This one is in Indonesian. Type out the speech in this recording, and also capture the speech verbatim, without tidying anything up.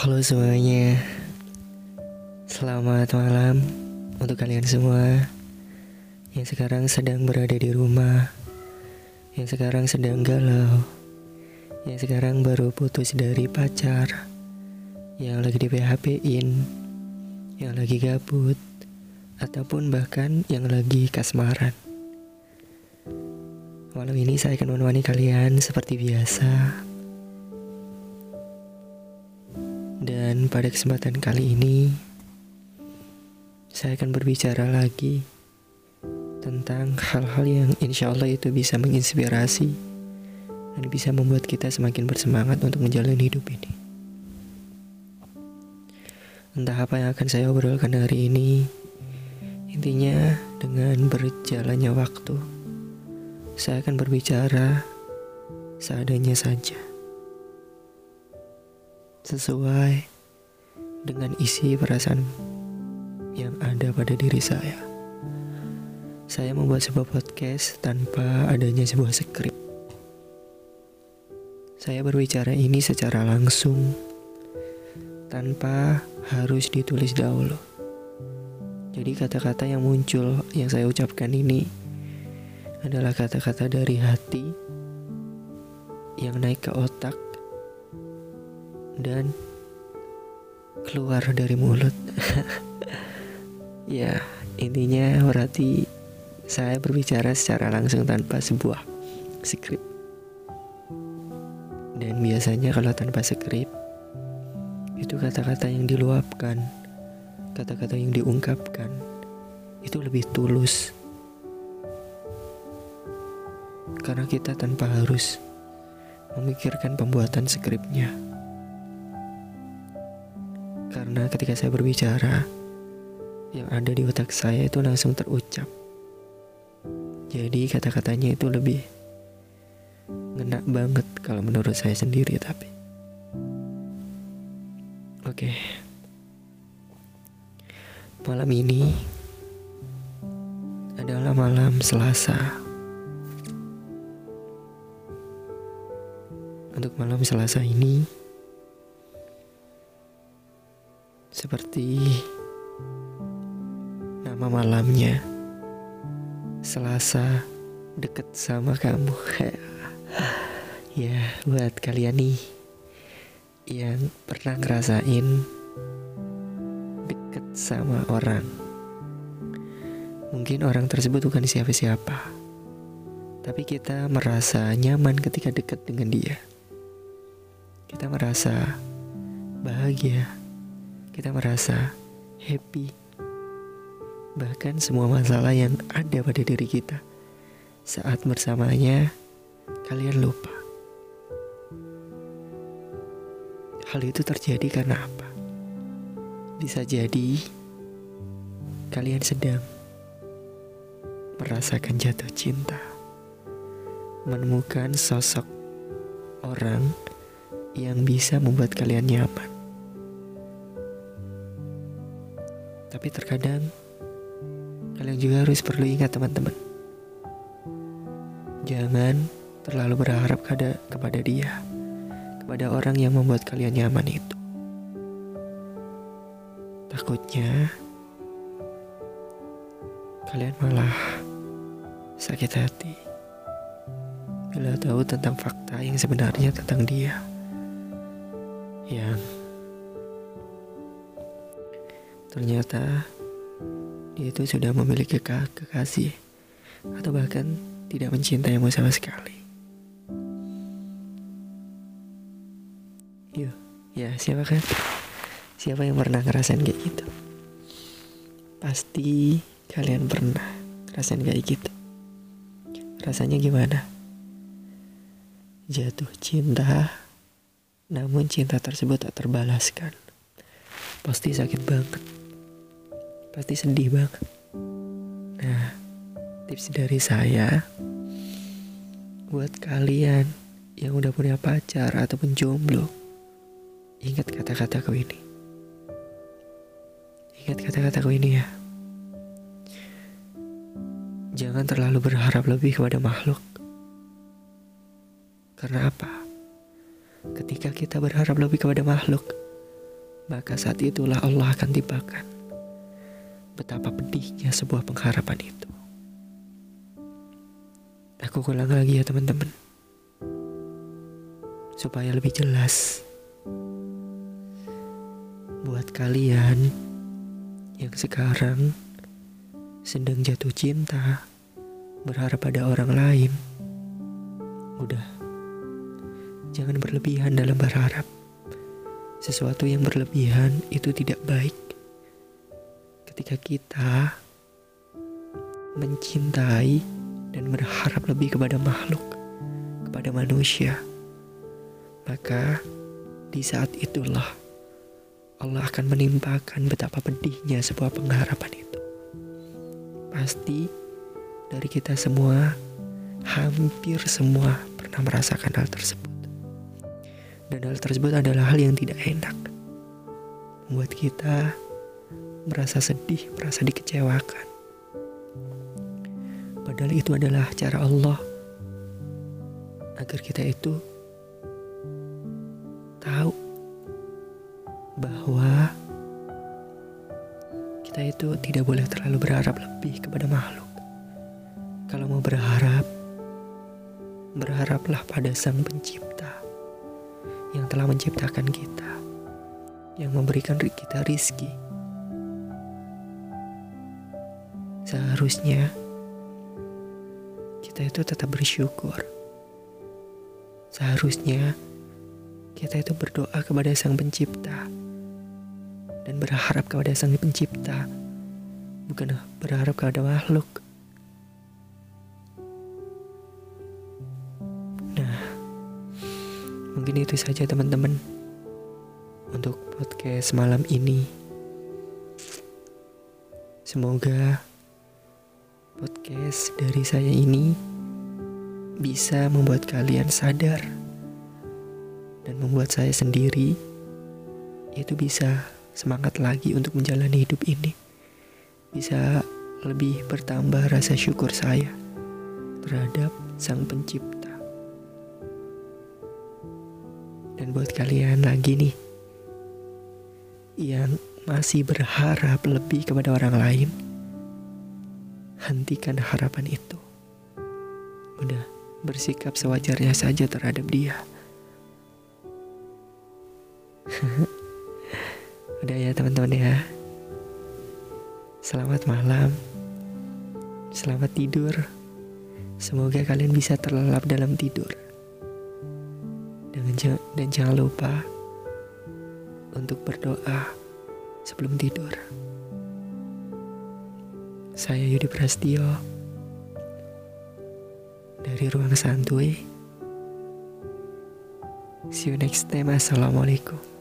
Halo semuanya, selamat malam untuk kalian semua yang sekarang sedang berada di rumah, yang sekarang sedang galau, yang sekarang baru putus dari pacar, yang lagi di P H P-in, yang lagi gabut, ataupun bahkan yang lagi kasmaran. Malam ini saya akan menemani kalian seperti biasa. Dan pada kesempatan kali ini saya akan berbicara lagi tentang hal-hal yang insya Allah itu bisa menginspirasi dan bisa membuat kita semakin bersemangat untuk menjalani hidup ini. Entah apa yang akan saya obrolkan hari ini, intinya dengan berjalannya waktu saya akan berbicara seadanya saja, sesuai dengan isi perasaan yang ada pada diri saya. Saya membuat sebuah podcast tanpa adanya sebuah skrip. Saya berbicara ini secara langsung, tanpa harus ditulis dahulu. Jadi kata-kata yang muncul, yang saya ucapkan ini adalah kata-kata dari hati yang naik ke otak dan keluar dari mulut. Ya, intinya berarti saya berbicara secara langsung tanpa sebuah skrip. Dan biasanya kalau tanpa skrip, itu kata-kata yang diluapkan, kata-kata yang diungkapkan, itu lebih tulus. Karena kita tanpa harus memikirkan pembuatan skripnya. Karena ketika saya berbicara, yang ada di otak saya itu langsung terucap. Jadi kata-katanya itu lebih ngena banget kalau menurut saya sendiri. Tapi Oke Malam ini adalah malam Selasa. Untuk malam Selasa ini, seperti nama malamnya, Selasa deket sama kamu. Ya, buat kalian nih yang pernah ngerasain deket sama orang, mungkin orang tersebut bukan siapa-siapa, tapi kita merasa nyaman ketika dekat dengan dia. Kita merasa bahagia, kita merasa happy. Bahkan semua masalah yang ada pada diri kita saat bersamanya, kalian lupa. Hal itu terjadi karena apa? Bisa jadi kalian sedang merasakan jatuh cinta, menemukan sosok orang yang bisa membuat kalian nyaman. Tapi terkadang kalian juga harus perlu ingat, teman-teman, jangan terlalu berharap kepada, kepada dia, kepada orang yang membuat kalian nyaman itu. Takutnya kalian malah sakit hati bila tahu tentang fakta yang sebenarnya tentang dia, yang ternyata dia itu sudah memiliki kek- kekasih atau bahkan tidak mencintaimu sama sekali. Yuk, ya siapa kan? Siapa yang pernah ngerasain kayak gitu? Pasti kalian pernah ngerasain kayak gitu. Rasanya gimana? Jatuh cinta, namun cinta tersebut tak terbalaskan. Pasti sakit banget, pasti sedih banget. Nah, tips dari saya buat kalian yang udah punya pacar ataupun jomblo, ingat kata-kataku ini. Ingat kata-kataku ini ya. Jangan terlalu berharap lebih kepada makhluk. Karena apa? Ketika kita berharap lebih kepada makhluk, maka saat itulah Allah akan tibakan betapa pedihnya sebuah pengharapan itu. Aku ulang lagi ya teman-teman, supaya lebih jelas. Buat kalian yang sekarang sedang jatuh cinta, berharap pada orang lain, udah, jangan berlebihan dalam berharap. Sesuatu yang berlebihan itu tidak baik. Ketika kita mencintai dan berharap lebih kepada makhluk, kepada manusia, maka di saat itulah Allah akan menimpakan betapa pedihnya sebuah pengharapan itu. Pasti dari kita semua, hampir semua pernah merasakan hal tersebut. Dan hal tersebut adalah hal yang tidak enak, membuat kita merasa sedih, merasa dikecewakan. Padahal itu adalah cara Allah agar kita itu tahu bahwa kita itu tidak boleh terlalu berharap lebih kepada makhluk. Kalau mau berharap, berharaplah pada Sang Pencipta yang telah menciptakan kita, yang memberikan kita rizki. Seharusnya kita itu tetap bersyukur. Seharusnya kita itu berdoa kepada Sang Pencipta dan berharap kepada Sang Pencipta, bukan berharap kepada makhluk. Nah, mungkin itu saja teman-teman untuk podcast malam ini. Semoga podcast dari saya ini bisa membuat kalian sadar dan membuat saya sendiri itu bisa semangat lagi untuk menjalani hidup ini. Bisa lebih bertambah rasa syukur saya terhadap Sang Pencipta. Dan buat kalian lagi nih yang masih berharap lebih kepada orang lain, hentikan harapan itu. Udah, bersikap sewajarnya saja terhadap dia. Udah ya teman-teman ya. Selamat malam. Selamat tidur. Semoga kalian bisa terlelap dalam tidur. Dan, dan jangan lupa untuk berdoa sebelum tidur. Saya Yudi Prastio dari Ruang Santuy. See you next time. Assalamualaikum.